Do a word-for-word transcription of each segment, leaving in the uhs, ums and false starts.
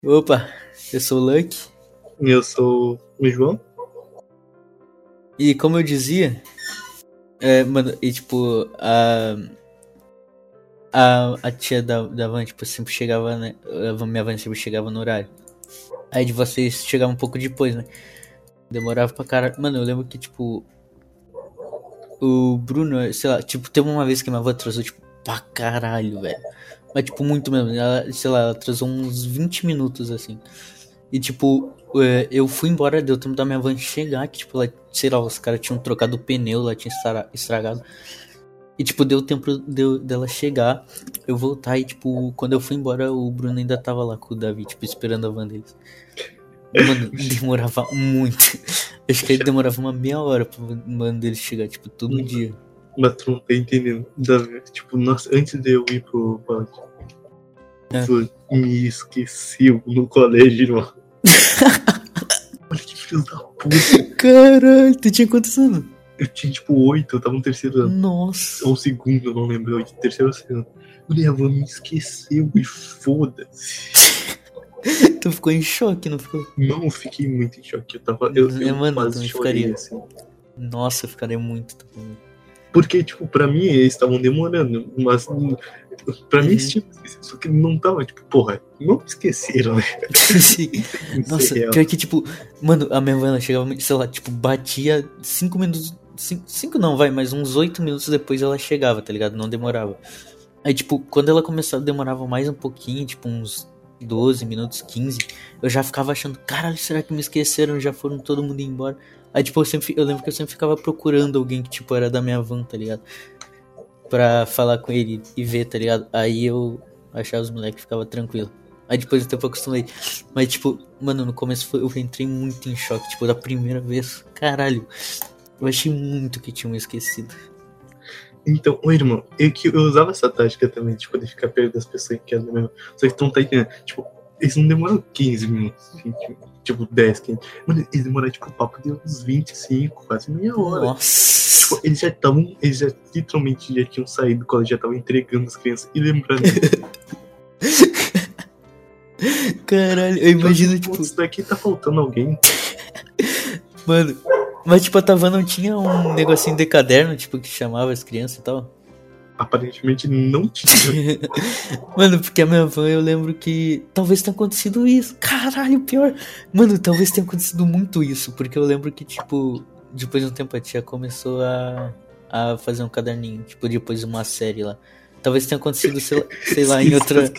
Opa, eu sou o Lucky. Eu sou o João. E como eu dizia, é, mano, e tipo, a, a, a tia da, da van, tipo, sempre chegava, né? A minha van sempre chegava no horário. Aí de vocês chegava um pouco depois, né? Demorava pra caralho. Mano, eu lembro que, tipo, o Bruno, sei lá, tipo, teve uma vez que minha van atrasou, tipo, pra caralho, velho. Mas, tipo, muito mesmo. Ela, sei lá, ela atrasou uns vinte minutos, assim. E, tipo, é, eu fui embora, deu tempo da minha van chegar, que, tipo, lá, sei lá, os caras tinham trocado o pneu, lá tinha estra- estragado. E, tipo, deu tempo deu, dela chegar, eu voltar e, tipo, quando eu fui embora, o Bruno ainda tava lá com o Davi, tipo, esperando a van deles. Mano, demorava muito. Acho que ele demorava uma meia hora pra van deles chegar, tipo, todo Hum. dia. Mas tu não tá entendendo. Davi, tipo, nossa, antes de eu ir pro pallet, É. tu me esqueceu no colégio, irmão. Olha que filho da puta. Caralho, tu tinha quantos anos? Eu tinha tipo oito, eu tava no terceiro ano. Nossa. Ou segundo, eu não lembro. Eu, terceiro ou segundo. Minha avó me esqueceu e foda-se. Tu ficou em choque, não ficou? Não, eu fiquei muito em choque. Eu tava. Eu, É, eu mano, eu quase também chorei, ficaria. assim. Nossa, eu ficaria muito também. Porque, tipo, pra mim eles estavam demorando, mas pra mim Uhum. eles tinham esquecido, só que não tava, tipo, porra, não me esqueceram, né? Sim. Isso Nossa, é real. pior que, tipo, mano, a minha avó ela chegava, sei lá, tipo, batia cinco minutos. Cinco, cinco não, vai, mas uns oito minutos depois ela chegava, tá ligado? Não demorava. Aí, tipo, quando ela começava, demorava mais um pouquinho, tipo, uns doze minutos, quinze, eu já ficava achando, caralho, será que me esqueceram? Já foram todo mundo embora. Aí, tipo, eu sempre, eu lembro que eu sempre ficava procurando alguém que, tipo, era da minha van, tá ligado? Pra falar com ele e ver, tá ligado? Aí eu achava os moleques e ficava tranquilo. Aí depois do tempo eu acostumei. Mas, tipo, mano, no começo foi, eu entrei muito em choque, tipo, da primeira vez. Caralho, eu achei muito que tinham esquecido. Então, ô irmão, eu, que, eu usava essa tática também, tipo, de ficar perto das pessoas que eram da mesma. Só que tu não tá entendendo. Tipo, eles não demoram quinze minutos, vinte, tipo, dez, quinze. Mano, eles demoraram, tipo, o papo de uns vinte e cinco, quase meia hora. Nossa. Tipo, eles já estavam, eles já literalmente já tinham saído do colégio, já estavam entregando as crianças e lembrando. Caralho, eu imagino, tipo. Isso daqui tá faltando alguém. Mano, mas tipo, a Tavan não tinha um negocinho de caderno, tipo, que chamava as crianças e tal? Aparentemente não tinha. Mano, porque a minha van eu lembro que talvez tenha acontecido isso. Caralho, pior. Mano, talvez tenha acontecido muito isso, porque eu lembro que, tipo, depois de um tempo a tia começou a, a fazer um caderninho, tipo, depois de uma série lá. Talvez tenha acontecido, sei lá, sei lá em outra.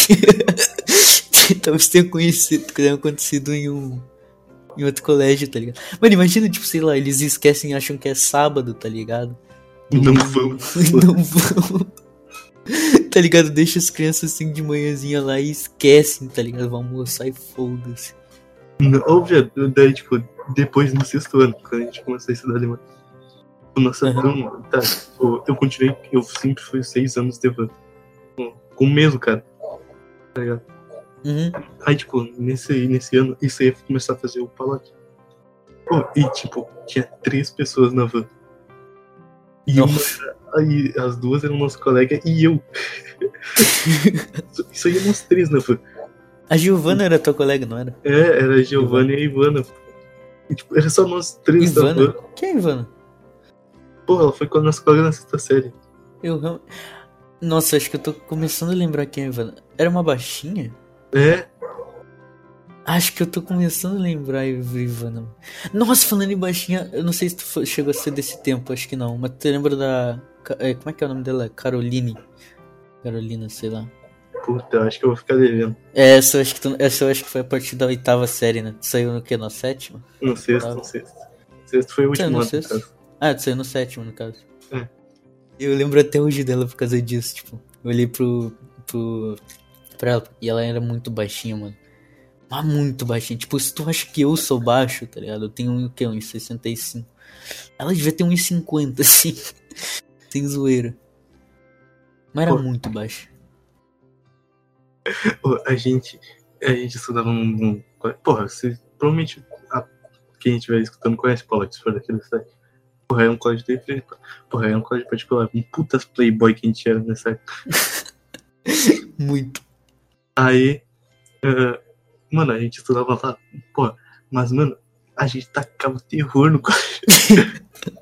Talvez tenha, conhecido, tenha acontecido em um. Em outro colégio, tá ligado? Mano, imagina, tipo, sei lá, eles esquecem e acham que é sábado, tá ligado? Não vão. Não vão. Tá ligado? Deixa as crianças assim de manhãzinha lá e esquecem, tá ligado? Vão almoçar e foda-se. Óbvio, daí, tipo, depois no sexto ano, quando a gente começou a estudar alemão. Nossa, Uhum. turma, tá, tipo, eu continuei, eu sempre fui seis anos de van. Com o mesmo, cara. Tá ligado? Uhum. Aí, tipo, nesse, nesse ano, isso aí ia começar a fazer o palote. Pô, e, tipo, tinha três pessoas na van. E uma era, aí as duas eram nosso colega e eu. Isso aí nós três na van. A Giovana era tua colega, não era? É, era a Giovanna e a Ivana. E, tipo, era só nós três Ivana? da van. Quem é Ivana? Pô, ela foi com a nossa colega na sexta série. Eu Nossa, acho que eu tô começando a lembrar quem é Ivana. Era uma baixinha? É. Acho que eu tô começando a lembrar, Ivana. Nossa, falando em baixinha, eu não sei se tu chegou a ser desse tempo, acho que não. Mas tu lembra da. Como é que é o nome dela? Caroline. Carolina, sei lá. Puta, acho que eu vou ficar devendo. É, essa eu acho que, tu, essa eu acho que foi a partir da oitava série, né? Tu saiu no que? Na sétima? No sexto, Tava. no sexto. Sexto foi o Saiu último no ano, sexto? no caso. Ah, tu saiu no sétimo, no caso. É. Eu lembro até hoje dela por causa disso, tipo. Eu olhei pro. pro pra ela e ela era muito baixinha, mano. Mas muito baixinha. Tipo, se tu acha que eu sou baixo, tá ligado? Eu tenho um, o quê? um e sessenta e cinco. Ela devia ter um e cinquenta, assim. Sem zoeira. Mas era Pô. muito baixa. Pô, a gente. A gente estudava num. num porra, você provavelmente. A, quem estiver escutando conhece Paula, se for daquele site. Porra, era um colégio de. Porra, era um colégio particular. Um putas playboy que a gente era nessa época. Muito. Aí. Uh, Mano, a gente estudava lá, pô, mas, mano, a gente tacava terror no colégio.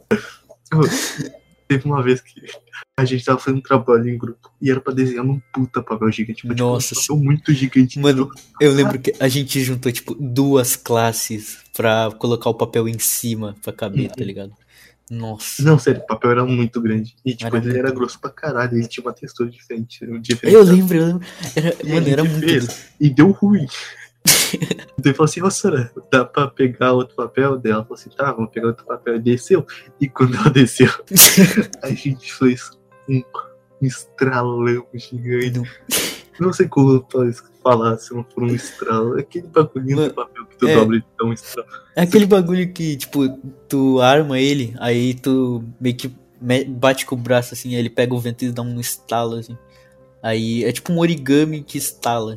Teve uma vez que a gente tava fazendo um trabalho em grupo e era pra desenhar num puta papel gigante. Tipo, Nossa, um papel muito gigante. mano, eu lembro que a gente juntou, tipo, duas classes pra colocar o papel em cima pra caber, tá ligado? Nossa. Não, sério, o papel era muito grande. E, tipo, Era ele muito era grande. grosso pra caralho. Ele tinha uma textura diferente. Um Eu lembro, eu lembro. Era, E mano, a era gente muito. fez, do- e deu ruim. Daí falou assim, ô Sora, dá pra pegar outro papel? Daí ela falou assim, tá, vamos pegar outro papel. E desceu. E quando ela desceu, a gente fez um estralão gigante. Não. Não sei como eu posso falar se não for um estralo. Aquele bagulhinho Mano, de papel que tu é. dobra e dá um estralo. É aquele bagulho que, tipo, tu arma ele, aí tu meio que me- bate com o braço assim, aí ele pega o vento e dá um estalo assim. Aí é tipo um origami que estala.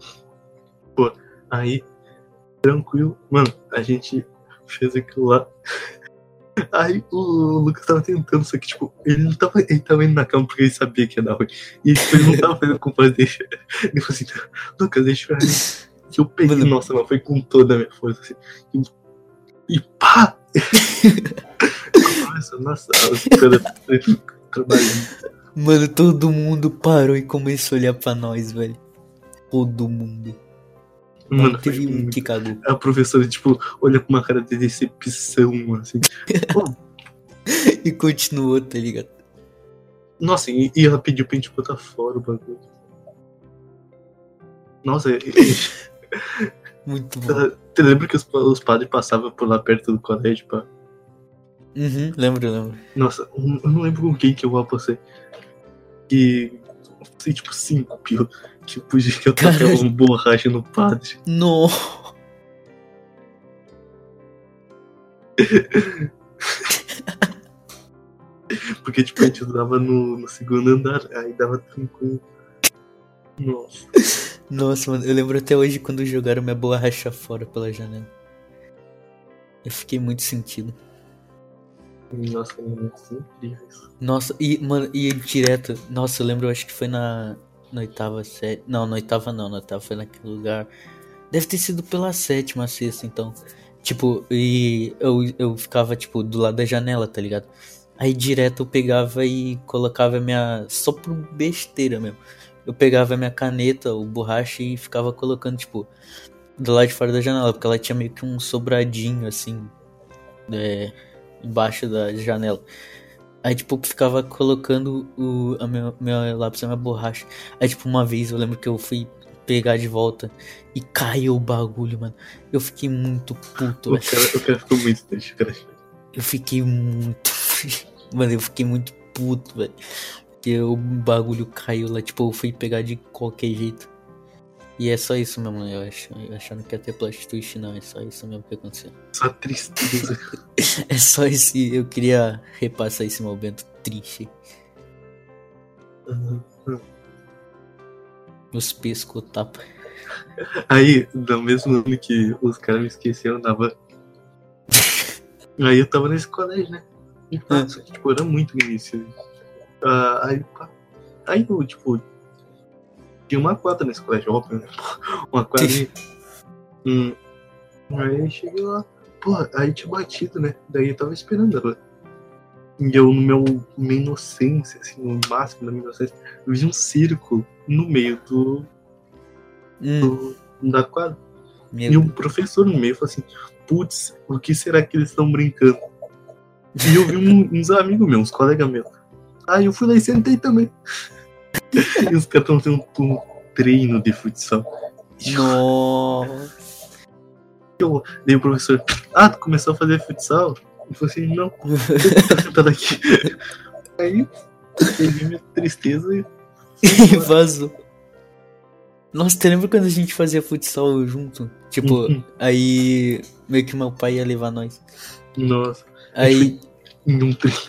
Aí, tranquilo. Mano, a gente fez aquilo lá. Aí o Lucas tava tentando, só que, tipo, ele não tava, ele tava indo na cama porque ele sabia que ia dar ruim. E tipo, ele não tava fazendo com prazer. Ele falou assim, Lucas, deixa eu ver. E eu peguei, Mano. nossa, mas foi com toda a minha força, assim. E, e pá! Começou na sala, ficando trabalhando. Mano, todo mundo parou e começou a olhar pra nós, velho. Todo mundo. Não Mano, teve foi um muito- que cagou. A professora, tipo, olha com uma cara de decepção, assim. Pô, E continuou, tá ligado? nossa, e, e ela pediu pra gente botar fora o bagulho. Nossa, e, e, Muito bom. você lembra que os, os padres passavam por lá perto do colégio, pá? Uhum, lembro, lembro. Nossa, um- eu não lembro com quem que eu apostei. Que. Sei, tipo, cinco pio. Que podia que eu tacava Caralho. uma borracha no padre. No. Porque, tipo, a gente estudava no, no segundo andar, aí dava tranquilo. Nossa. Nossa, mano, eu lembro até hoje quando jogaram minha borracha fora pela janela. Eu fiquei muito sentido. Nossa, mano, isso é incrível isso. Nossa, e, mano, e direto. Nossa, eu lembro, eu acho que foi na, na oitava série. Não, na oitava não, na oitava foi naquele lugar. Deve ter sido pela sétima, sexta, então. Tipo, e eu, eu ficava, tipo, do lado da janela, tá ligado? Aí direto eu pegava e colocava a minha. Só por besteira mesmo. Eu pegava a minha caneta, o borracha e ficava colocando, tipo, do lado de fora da janela, porque ela tinha meio que um sobradinho, assim, é, embaixo da janela. Aí, tipo, eu ficava colocando o a meu, meu lápis, a minha borracha. Aí, tipo, uma vez eu lembro que eu fui pegar de volta e caiu o bagulho, mano. Eu fiquei muito puto, O velho. cara, o cara ficou muito triste, cara. Eu fiquei muito. Mano, eu fiquei muito puto, velho. Porque o bagulho caiu lá, tipo, eu fui pegar de qualquer jeito. E é só isso mesmo, eu acho. Eu achando que ia ter plot twist, não. É só isso mesmo que aconteceu. Só tristeza. É só esse. Eu queria repassar esse momento triste. Meus pescos tapa. Aí, no mesmo ano que os caras me esqueceram da van. Aí eu tava nesse colégio, né? E pá, só que, tipo, era muito no início. Ah, aí, pá. Aí eu, tipo, tinha uma quadra nesse colégio, óbvio, né? Uma quadra. hum, aí eu cheguei lá. Pô, aí tinha batido, né? Daí eu tava esperando ela. E eu, no meu, minha inocência, assim, no máximo da minha inocência, eu vi um círculo no meio do, Hum, do da quadra. meu E um professor no meio falou assim, putz, o que será que eles estão brincando? E eu vi um- uns amigos meus, uns colegas meus. Aí eu fui lá e sentei também. E os caras estão tendo um treino de futsal. Nossa. Daí o professor, ah, tu começou a fazer futsal? Eu falei assim, não, eu tô sentado aqui. Aí peguei minha tristeza e E vazou. Nossa, você lembra quando a gente fazia futsal junto? Tipo, Uhum. aí meio que meu pai ia levar nós. Nossa, Aí, em um treino.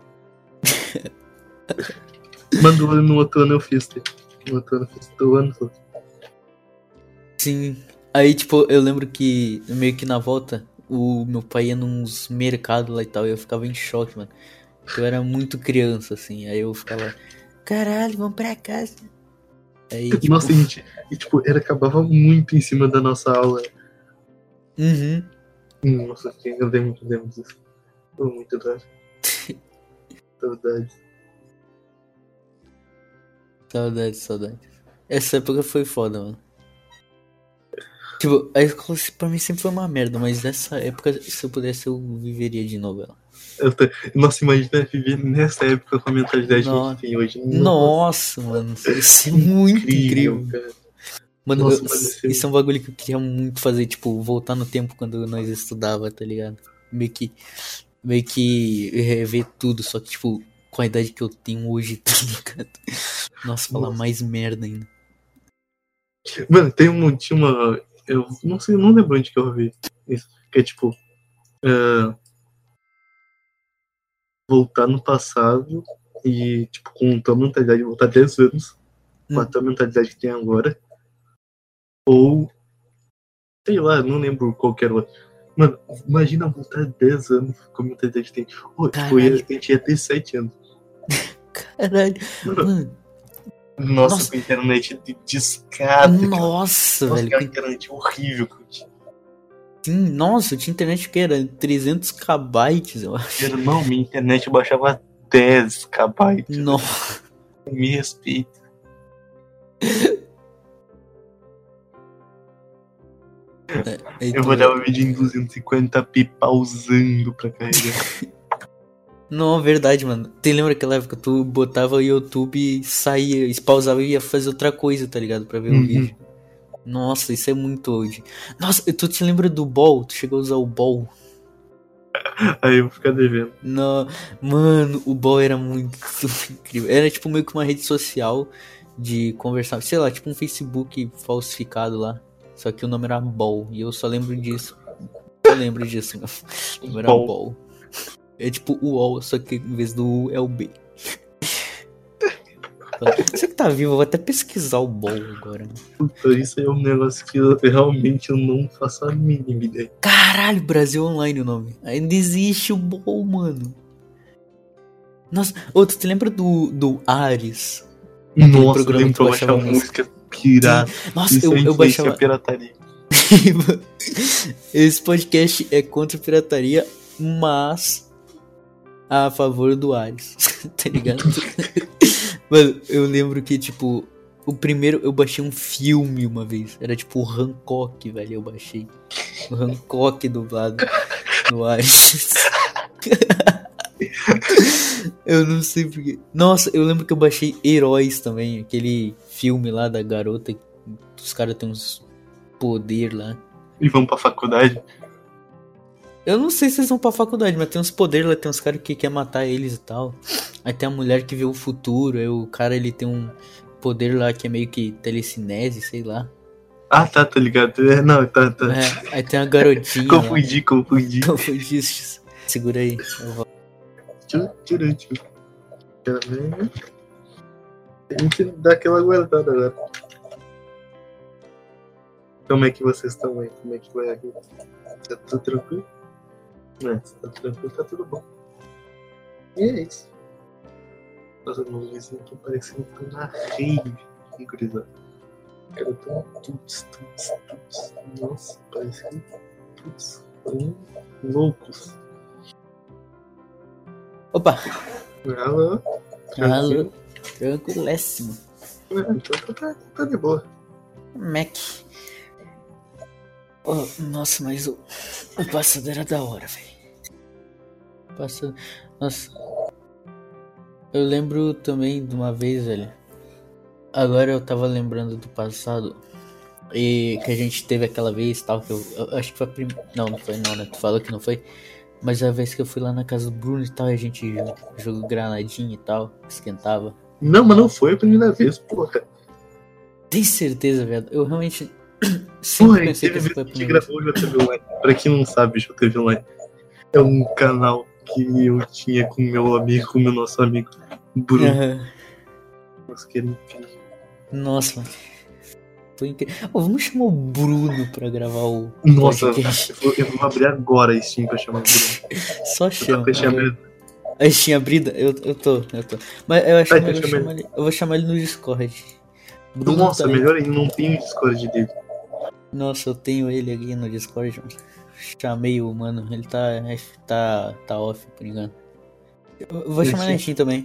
Mandou no outro ano eu fiz. No outro ano eu fiz, do ano todo. sim. Aí, tipo, eu lembro que meio que na volta, o meu pai ia nos mercados lá e tal, e eu ficava em choque, mano. Eu era muito criança, assim. Aí eu ficava, caralho, vamos pra casa. Aí, tipo... Nossa, a gente, e, tipo, era, acabava muito em cima da nossa aula. Uhum. Nossa, eu lembro, eu lembro disso. Foi muito doido. Saudades. Saudade, saudade. Essa época foi foda, mano. Tipo, a escola pra mim sempre foi uma merda, mas nessa época, se eu pudesse, eu viveria de novo ela. Eu tô... Nossa, imagina viver nessa época com a mentalidade que a gente tem hoje. Nossa, mano, isso é muito incrível. Cara. Mano, Nossa, eu, mano, esse... isso é um bagulho que eu queria muito fazer, tipo, voltar no tempo quando nós estudava, tá ligado? Meio que, meio que rever tudo, só que, tipo, com a idade que eu tenho hoje, tá ligado? Nossa, falar Nossa. mais merda ainda. Mano, tem um, tinha uma... Eu não sei, não lembro onde que eu vi isso. Que é tipo... Uh, voltar no passado e, tipo, com a tua mentalidade, voltar dez anos hum. com a tua mentalidade que tem agora. Ou... Sei lá, não lembro qual que era. Mano, imagina voltar dez anos com a mentalidade que tem. Oh, tipo, a gente ia ter sete anos. Caralho. Mano. Nossa, Nossa, com a internet de discada. Nossa, cara. velho. Nossa, que internet horrível que eu tinha. Sim, nossa, eu tinha internet que era trezentos kbytes, eu acho. Irmão, minha internet eu baixava dez kbytes. Nossa. Me respeita. É, eu vou dar um vídeo em duzentos e cinquenta p pausando pra carregar. Não, verdade, mano. Tu lembra aquela época que tu botava o YouTube, saía, pausava e ia fazer outra coisa, tá ligado? Pra ver uhum. o vídeo. Nossa, isso é muito old. Nossa, tu te lembra do Ball? Tu chegou a usar o Ball? Aí eu vou ficar devendo. Não, mano, o Ball era muito incrível. Era tipo meio que uma rede social de conversar, sei lá, tipo um Facebook falsificado lá. Só que o nome era Ball. E eu só lembro disso. Eu lembro disso, meu. O nome era Ball. Ball. É tipo o U O L, só que em vez do U é o B. Você que tá vivo, eu vou até pesquisar o Ball agora. Puta, isso é um negócio que eu, realmente eu não faço a mínima ideia. Caralho, Brasil Online o nome. Ainda existe o Ball, mano. Nossa, ô, tu te lembra do, do Ares? Nossa, eu lembro que eu baixava música pirata. Nossa, isso eu, eu baixava... pirataria. Esse podcast é contra a pirataria, mas a favor do Ares, tá ligado? Mano, eu lembro que, tipo, o primeiro eu baixei um filme uma vez. Era tipo o Hancock, velho, eu baixei. O Hancock dublado no Ares. Eu não sei porquê. Nossa, eu lembro que eu baixei Heróis também, aquele filme lá da garota, os caras têm uns poder lá. E vão pra faculdade? Eu não sei se eles vão pra faculdade, mas tem uns poderes lá, tem uns caras que querem matar eles e tal. Aí tem a mulher que vê o futuro, aí o cara ele tem um poder lá que é meio que telecinese, sei lá. Ah, tá, tá ligado. É, não, tá, tá. É, aí tem a garotinha. confundi, lá. confundi. Confundi. Segura aí, eu vou. Tchau, tchau, tchau. A gente dá aquela guardada agora. Como é que vocês estão aí? Como é que vai aqui? Tá tudo tranquilo? É, se tá tranquilo, tá tudo bom. E é isso. Nossa, meu vizinho aqui parecendo que tá na rave. Que gurizada. Cara, tão tuts, tuts, tuts. Nossa, parece que tuts. Tão loucos. Opa! Alô? Alô? Tranquiléssimo. É, então tá, tá de boa. Mac. Oh, nossa, mas o, o passado era da hora, velho. Passado. Nossa. Eu lembro também de uma vez, velho. Agora eu tava lembrando do passado. E que a gente teve aquela vez tal. Que eu, eu acho que foi a primeira. Não, não foi não, né? Tu falou que não foi. Mas a vez que eu fui lá na casa do Bruno e tal, e a gente jogou granadinha e tal, esquentava. Não, mas não foi a primeira vez, porra. Tem certeza, velho? Eu realmente sempre porra, pensei que essa foi a primeira vez. A gente gravou o J T V Online. Pra quem não sabe, o J T V Online é um canal que eu tinha com meu amigo, com meu nosso amigo Bruno. Uhum. Nossa, que era incrível. Nossa, mano. Incrível. Oh, vamos chamar o Bruno pra gravar o Nossa, eu vou, eu vou abrir agora a Steam pra chamar o Bruno. Só chama. A Steam abrida? Eu, eu tô, eu tô. Mas eu acho que eu, chamar ele, eu vou chamar ele no Discord. Bruno Nossa, Talento. melhor ainda, não tem o Discord dele. Nossa, eu tenho ele aqui no Discord, mano. Chamei o mano, ele tá, tá, tá off por engano. Eu vou chamar na Steam também.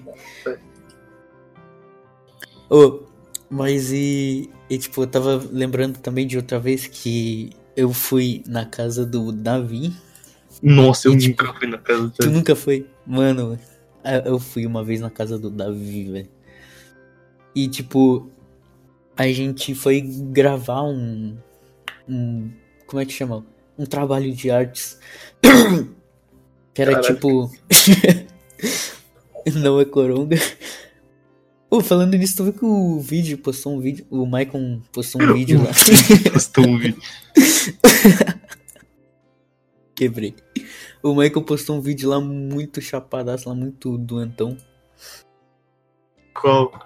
Oh, mas e, e tipo, eu tava lembrando também de outra vez que eu fui na casa do Davi. Nossa, eu E, nunca tipo, fui na casa do Tu Davi. nunca foi? Mano, eu fui uma vez na casa do Davi, velho. E tipo, a gente foi gravar um, um. Como é que chama? Um trabalho de artes. Que era Caraca. tipo. Não é coronga. Pô, falando nisso, tu viu que o vídeo postou um vídeo. O Maicon postou um vídeo lá. Postou um vídeo. Quebrei. O Michael postou um vídeo lá muito chapadaço, lá muito doentão. Qual?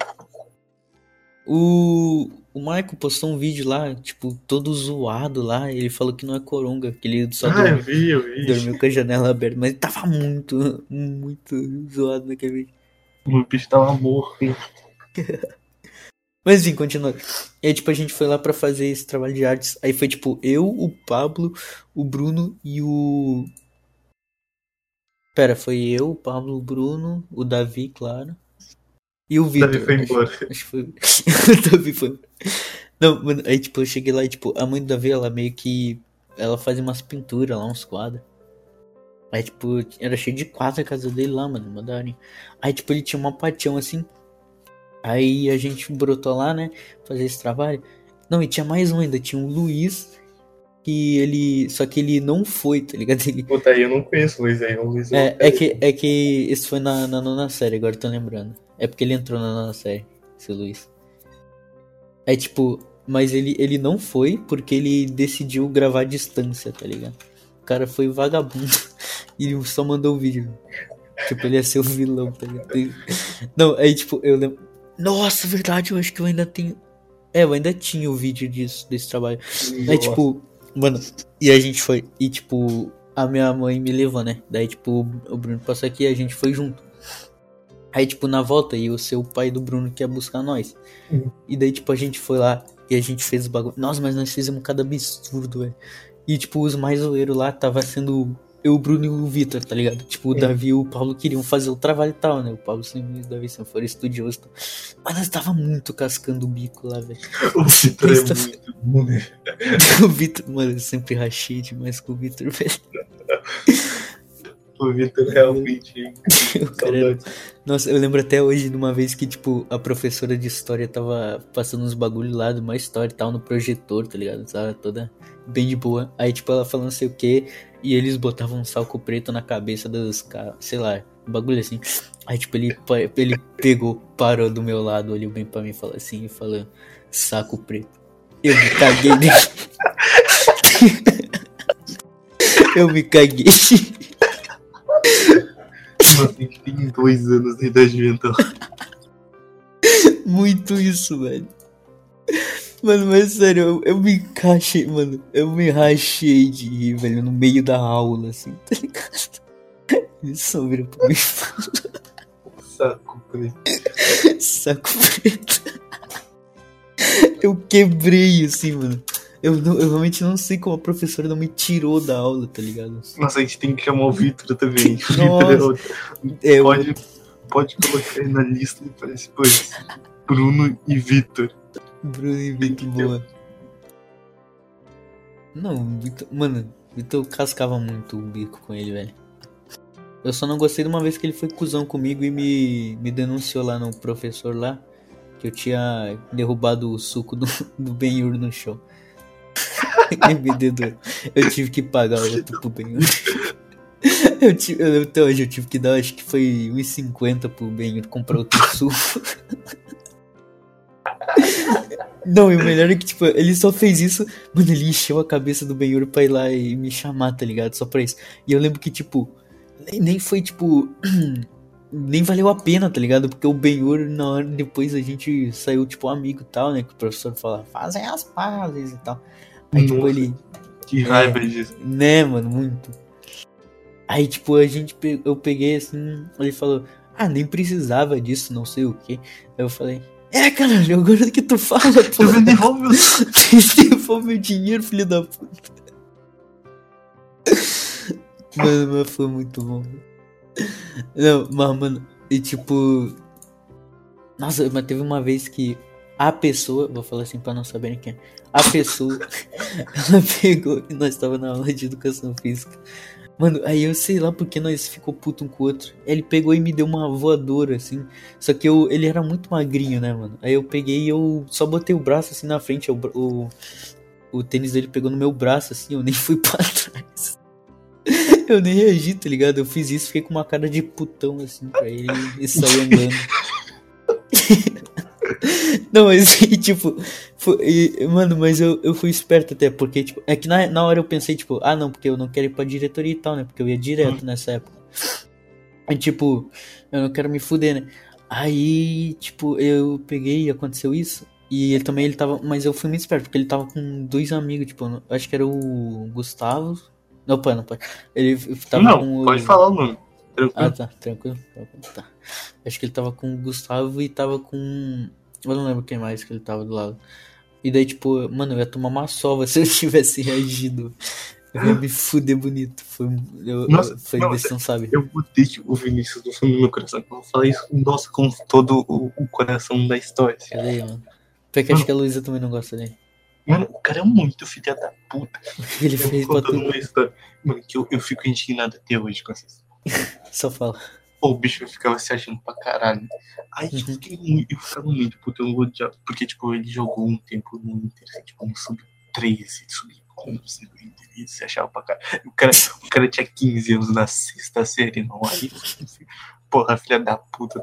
O, o Michael postou um vídeo lá, tipo, todo zoado lá. Ele falou que não é coronga, que ele só Ah, dormiu, eu vi, eu vi. dormiu com a janela aberta. Mas ele tava muito, muito zoado naquele vídeo. O bicho tava morto, hein? Mas enfim, continua. E aí, tipo, a gente foi lá pra fazer esse trabalho de artes. Aí foi, tipo, eu, o Pablo, o Bruno e o... Pera, foi eu, o Pablo, o Bruno, o Davi, claro. E o Vitor. Davi foi acho, embora. acho que foi... o Davi foi... Não, mano, aí, tipo, eu cheguei lá e, tipo, a mãe do Davi, ela meio que... Ela fazia umas pinturas lá, uns quadros. Aí, tipo, era cheio de quadro a casa dele lá, mano, mandaram. Aí, tipo, ele tinha uma patião assim. Aí a gente brotou lá, né? Fazer esse trabalho. Não, e tinha mais um ainda. Tinha o Luiz. Que ele. Só que ele não foi, tá ligado? Ele... Puta, aí eu não conheço o Luiz aí. O Luiz É, é, que, é que isso foi na, na nona série, agora eu tô lembrando. É porque ele entrou na nona série, esse Luiz. Aí, tipo. Mas ele, ele não foi porque ele decidiu gravar à distância, tá ligado? O cara foi vagabundo. E ele só mandou o vídeo. Tipo, ele ia ser o vilão, tá ligado? Não, aí, tipo, eu lembro. Nossa, verdade, eu acho que eu ainda tenho. É, eu ainda tinha o vídeo disso, desse trabalho. Nossa. Aí, tipo, mano, e a gente foi. E, tipo, a minha mãe me levou, né? Daí, tipo, o Bruno passou aqui e a gente foi junto. Aí, tipo, na volta, ia ser o pai do Bruno que ia buscar nós. Uhum. E daí, tipo, a gente foi lá e a gente fez o bagulho. Nossa, mas nós fizemos cada absurdo, velho. E, tipo, os mais zoeiros lá tava sendo eu, o Bruno e o Vitor, tá ligado? Tipo, o Davi e o Paulo queriam fazer o trabalho e tal, né? O Paulo sempre e o Davi sempre foram estudiosos. Tá? Mas nós tava muito cascando o bico lá, velho. O Vitor é tá... muito bom, né? O Vitor, mano, eu sempre rachei demais com o Vitor, velho. O Vitor realmente. O cara era... Nossa, eu lembro até hoje de uma vez que, tipo, a professora de história tava passando uns bagulho lá de uma história e tal no projetor, tá ligado? Tava toda bem de boa. Aí, tipo, ela falando não sei o que, e eles botavam um salco preto na cabeça dos caras, sei lá, um bagulho assim. Aí, tipo, ele, ele pegou, parou do meu lado, olhou bem pra mim e falou assim, e falou, saco preto. Eu me caguei dele. Eu me caguei. Nossa, a gente tem dois anos de idade mental. Muito isso, velho. Mano, mas sério, eu, eu me encaixei, mano. Eu me rachei de rir, velho, no meio da aula, assim, tá ligado? Ele só vira pra mim e fala. Saco preto. Saco preto. Eu quebrei, assim, mano. Eu, não, eu realmente não sei como a professora não me tirou da aula, tá ligado? Nossa, a gente tem que chamar o Vitor também. O Vitor é, o... pode, pode colocar aí na lista e parece, pois, Bruno e Vitor. Bruno e Vitor, boa. Não, Vitor, mano, Vitor cascava muito o bico com ele, velho. Eu só não gostei de uma vez que ele foi cuzão comigo e me, me denunciou lá no professor lá, que eu tinha derrubado o suco do, do Ben-Hur no chão. Eu tive que pagar o outro pro Ben-Hur. Eu, tive, eu lembro até hoje, eu tive que dar, acho que foi um e cinquenta pro Ben-Hur comprar outro suco. Não, e o melhor é que, tipo, ele só fez isso. Mano, ele encheu a cabeça do Ben-Hur pra ir lá e me chamar, tá ligado? Só pra isso. E eu lembro que, tipo, nem, nem foi, tipo... nem valeu a pena, tá ligado? Porque o Ben-Hur, na hora depois a gente saiu, tipo, amigo e tal, né? Que o professor fala, fazem as pazes e tal. Aí, Nossa, tipo, ele... Que raiva é, disso. Né, mano, muito. Aí, tipo, a gente... Eu peguei, assim... Ele falou... Ah, nem precisava disso, não sei o quê. Aí eu falei... É, caralho, agora que tu fala, pô. Eu me devolvo meu... Devolve meu dinheiro, filho da puta. Mano, mas foi muito bom. Não, mas, mano, e tipo... Nossa, mas teve uma vez que a pessoa... Vou falar assim pra não saberem quem é. A pessoa... ela pegou e nós tava na aula de educação física. Mano, aí eu sei lá porque nós ficou puto um com o outro. Ele pegou e me deu uma voadora, assim. Só que eu, ele era muito magrinho, né, mano? Aí eu peguei e eu só botei o braço assim na frente. O, o, o tênis dele pegou no meu braço, assim. Eu nem fui pra trás. Eu nem reagi, tá ligado? Eu fiz isso, fiquei com uma cara de putão, assim, pra ele e saí andando. Não, mas tipo, foi, e, mano, mas eu, eu fui esperto até, porque, tipo, é que na, na hora eu pensei, tipo, ah, não, porque eu não quero ir pra diretoria e tal, né? Porque eu ia direto hum. nessa época. Aí, tipo, eu não quero me fuder, né? Aí, tipo, eu peguei e aconteceu isso. E ele também, ele tava, mas eu fui muito esperto, porque ele tava com dois amigos, tipo, eu acho que era o Gustavo. Não, pô, não pode. Ele tava não, com o... pode falar o nome. Tranquilo. Ah, tá, tranquilo. Tá. Acho que ele tava com o Gustavo e tava com... Eu não lembro quem mais que ele tava do lado. E daí, tipo, mano, eu ia tomar uma sova se eu tivesse reagido. Eu ia me fuder bonito. Foi, eu, nossa, foi não, decisão, sabe? Eu botei tipo, o Vinícius no fundo do meu coração. Eu vou falar isso, nossa, com todo o, o coração da história. Assim. Cadê, mano? Porque acho que a Luísa também não gosta dele. Mano, o cara é muito filha da puta. O que ele eu fez pra tu? Uma história. Mano, que eu, eu fico indignado até hoje com essa história. Só fala. Pô, o bicho ficava se achando pra caralho. Aí uhum. eu, fiquei muito, eu ficava muito puto, eu odiava. Porque, tipo, ele jogou um tempo no Inter, assim, tipo, um sub treze, sub onze no Inter, e se achava pra caralho. O cara, o cara tinha quinze anos na sexta série, não. Aí, porra, filha da puta.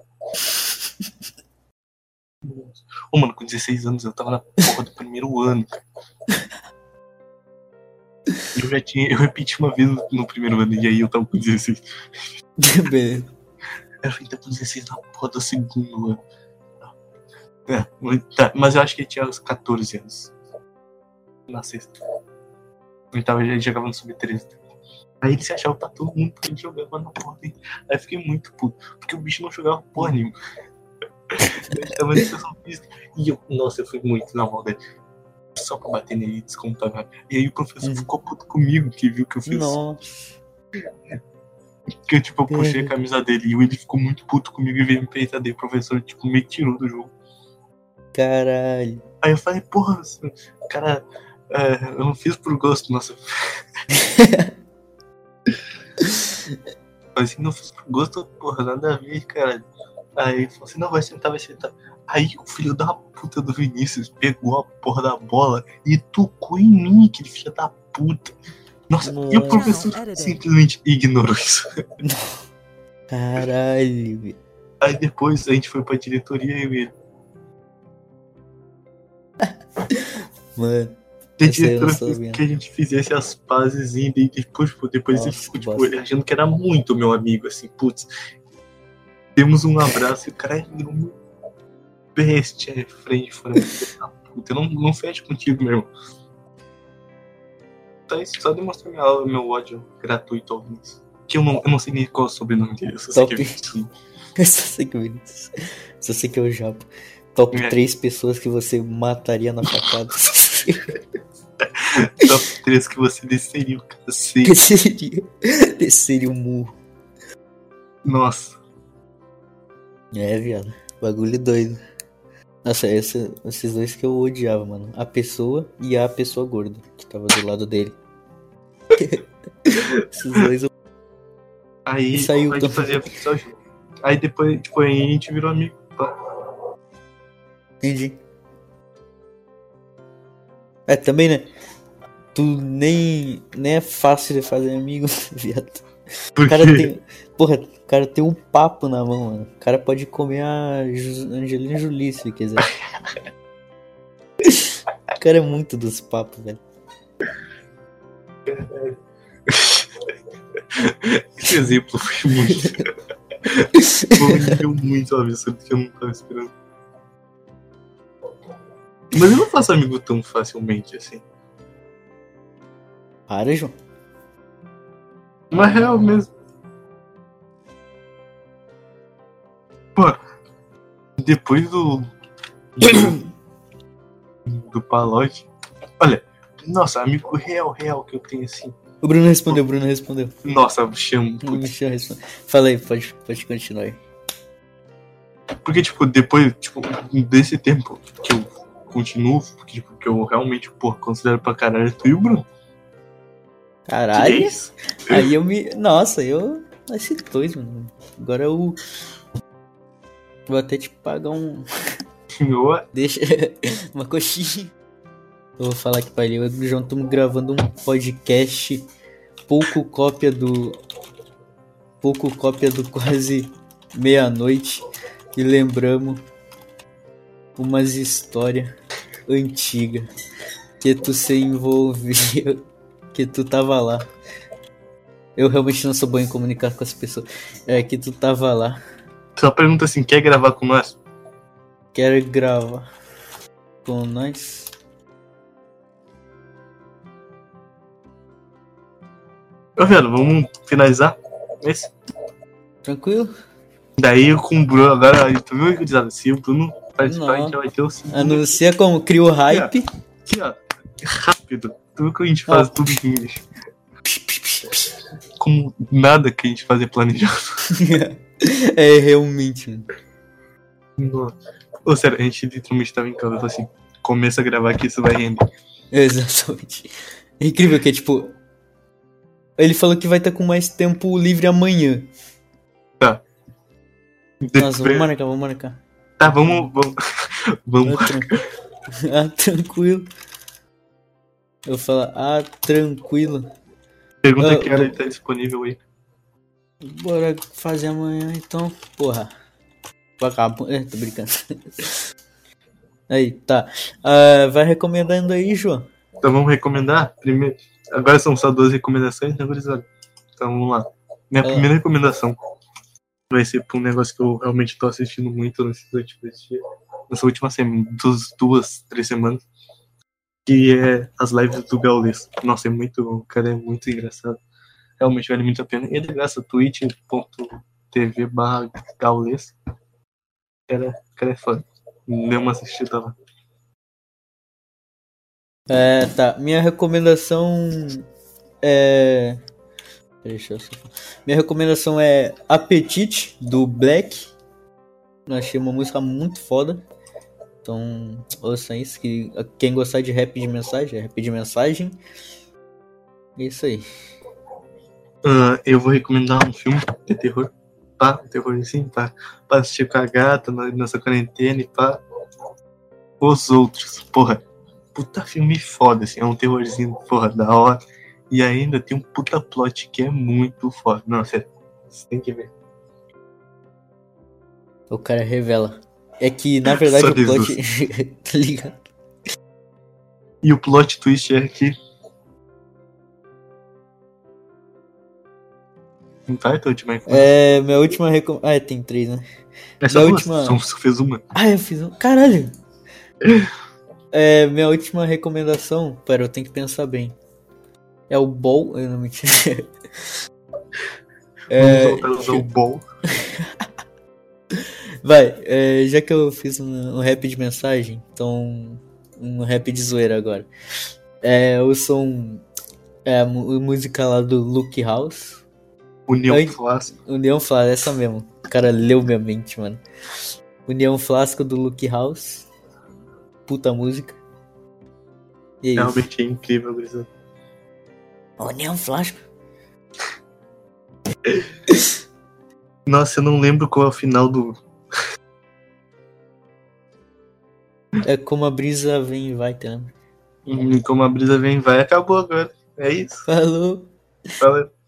Ô, mano, com dezesseis anos eu tava na porra do primeiro ano, cara. Eu já tinha, eu repeti uma vez no primeiro ano, e aí eu tava com dezesseis. Beleza. Eu falei, tá com dezesseis na porra do segundo ano. É, tá, mas eu acho que ele tinha uns catorze anos. Na sexta. Ele, tava, ele jogava no sub treze. Aí ele se achava pra todo mundo porque ele jogava na porra dele. Aí eu fiquei muito puto, porque o bicho não jogava porra nenhuma. Ele tava na educação física. E eu, nossa, eu fui muito na mão dele. Só pra bater nele e descontar. E aí o professor hum. ficou puto comigo, que viu que eu fiz. Nossa. Que eu, tipo, eu puxei a camisa dele e ele ficou muito puto comigo e veio me peitar dele. O professor, tipo, me tirou do jogo. Caralho. Aí eu falei, porra, cara, é, eu não fiz por gosto, nossa. Mas assim, não fiz por gosto, porra, nada a ver, cara. Aí ele falou assim, não, vai sentar, vai sentar. Aí o filho da puta do Vinícius pegou a porra da bola e tocou em mim, aquele filho da puta. Nossa, Nossa. E o professor simplesmente ignorou isso. Caralho. Aí depois a gente foi pra diretoria e ele. Mano. A diretora quis que a gente fizesse as pazes e depois, depois Nossa, ele ficou tipo, ele achando que era muito meu amigo, assim, putz. Demos um abraço e o cara virou meu best friend, foi puta. Eu não, não fecho contigo, meu irmão. Tá isso, só demonstrar minha aula, meu ódio gratuito ao Vinícius. Que eu não, eu não sei nem qual é o sobrenome dele, eu só sei que é Vinícius. Eu só sei que é Vinícius. Só sei que é o Japa. Top é. três pessoas que você mataria na facada. Top três que você desceria o cacete. Desceria. Desceria o murro. Nossa. É, viado. Bagulho doido. Nossa, esse, esses dois que eu odiava, mano. A pessoa e a pessoa gorda que tava do lado dele. Esses dois eu... Aí e saiu a gente fazia só junto. Aí depois, tipo, aí a gente virou amigo. Tá? Entendi. É, também, né? Tu nem, nem é fácil de fazer amigo, viado. Por o cara quê? tem, porra, o cara tem um papo na mão, mano. O cara pode comer a Angelina Jolie se ele quiser. O cara é muito dos papos, velho. Esse exemplo foi muito. Foi um nível muito absurdo que eu não tava esperando. Mas eu não faço amigo tão facilmente assim. Para, João. Mas é real mesmo. Pô, depois do. do, do Palote. Olha, nossa, amigo real, real que eu tenho assim. O Bruno respondeu, o Bruno respondeu. Nossa, chamo. O Michel respondeu. Fala aí, pode, pode continuar aí. Porque, tipo, depois, tipo, desse tempo que eu continuo, porque, tipo, que eu realmente, pô, considero pra caralho tu e o Bruno. Caralho. Que é isso? Aí eu me. Nossa, eu. Esses dois, mano. Agora eu. Vou até te pagar um. Eu, Deixa. Uma coxinha. Eu vou falar aqui pra ele. Eu e o João estamos gravando um podcast. Pouco cópia do. Pouco cópia do quase meia-noite. E lembramos umas histórias antigas. Que tu se envolvia. Que tu tava lá. Eu realmente não sou bom em comunicar com as pessoas. É que tu tava lá. só pergunta assim, quer gravar com nós? Quero gravar com nós. Ô, velho, vamos finalizar esse? Tranquilo? Daí com o Bruno, agora, aí, tu viu, gurizada? Se o Bruno participar, Não. a gente já vai ter o segundo. Anuncia como cria o hype. Aqui, ó, rápido. Tu viu que a gente faz Ó. tudo em inglês. Como nada que a gente fazia planejado. É realmente, mano. Nossa. Ô, sério, a gente literalmente tava em casa, falou assim, começa a gravar que isso vai render. Exatamente. É incrível que é tipo. Ele falou que vai estar com mais tempo livre amanhã. Tá. Nossa, Depois- vamos marcar, vamos marcar. Tá, vamos, vamos, vamos. Ah, tranquilo. Ah, tranquilo. Eu vou falar, ah, tranquilo. Pergunta Ah, que hora eu- ele tá disponível aí. Bora fazer amanhã então. Porra. Vagabundo. É, tô brincando. Aí, tá. Ah, vai recomendando aí, João. Então vamos recomendar? Primeiro, agora são só duas recomendações, né, gurizada? Então vamos lá. Minha Ah. primeira recomendação vai ser pra um negócio que eu realmente tô assistindo muito nesses últimos dias. Nessa última semana, duas, duas, três semanas. Que é as lives do Gaules. Nossa, é muito bom, o cara é muito engraçado. Realmente vale muito a pena. E é de graça, twitch.tv barra Gaules. O cara, o cara é foda. Dê uma assistida lá. É, tá. Minha recomendação é. Deixa eu só... Minha recomendação é Apetite, do Black. Eu achei uma música muito foda. Então, ouça isso. Que quem gostar de rap de mensagem, é rap de mensagem. É isso aí. Ah, eu vou recomendar um filme de terror. Pá, terrorzinho, pá. Pra assistir com a gata na- nessa quarentena e pá. Os outros, porra. Puta filme foda, assim. É um terrorzinho, porra, da hora. E ainda tem um puta plot que é muito foda. Não, sério. Você tem que ver. O cara revela. É que, na verdade, Só o plot. Tá ligado? E o plot twist é que. Vai, tua última recomendação. É, minha última recomendação. Ah, tem três, né? É só minha duas. última- Só só fez uma. Ah, eu fiz um. Caralho! É, minha última recomendação. Pera, eu tenho que pensar bem. É o Ball. Eu não mentira. É, Vamos voltar a usar o ball. vai, é, já que eu fiz um, um rap de mensagem, então. Um rap de zoeira agora. É, eu sou um. É a mu- música lá do Luke House. União Ai. Flasco. União Flasco, essa mesmo. O cara leu minha mente, mano. União Flasco do Luke House. Puta música. E é isso. Realmente é incrível, gurizada. União Flasco. Nossa, eu não lembro qual é o final do. É como a brisa vem e vai, tá ligado? Hum, Como a brisa vem e vai, acabou agora. É isso. Falou. Fala.